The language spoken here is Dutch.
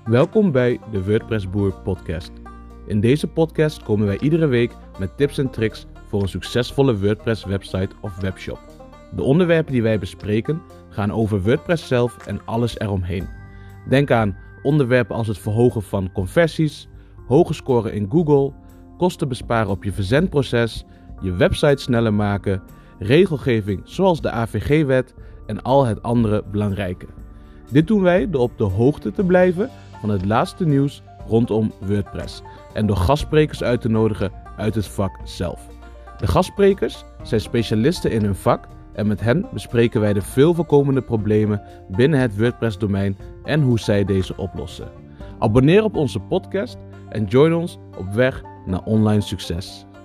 Welkom bij de WordPress Boer podcast. In deze podcast komen wij iedere week met tips en tricks voor een succesvolle WordPress website of webshop. De onderwerpen die wij bespreken gaan over WordPress zelf en alles eromheen. Denk aan onderwerpen als het verhogen van conversies, hoge scoren in Google, kosten besparen op je verzendproces, je website sneller maken, regelgeving zoals de AVG-wet en al het andere belangrijke. Dit doen wij door op de hoogte te blijven van het laatste nieuws rondom WordPress en door gastsprekers uit te nodigen uit het vak zelf. De gastsprekers zijn specialisten in hun vak en met hen bespreken wij de veel voorkomende problemen binnen het WordPress-domein en hoe zij deze oplossen. Abonneer op onze podcast en join ons op weg naar online succes.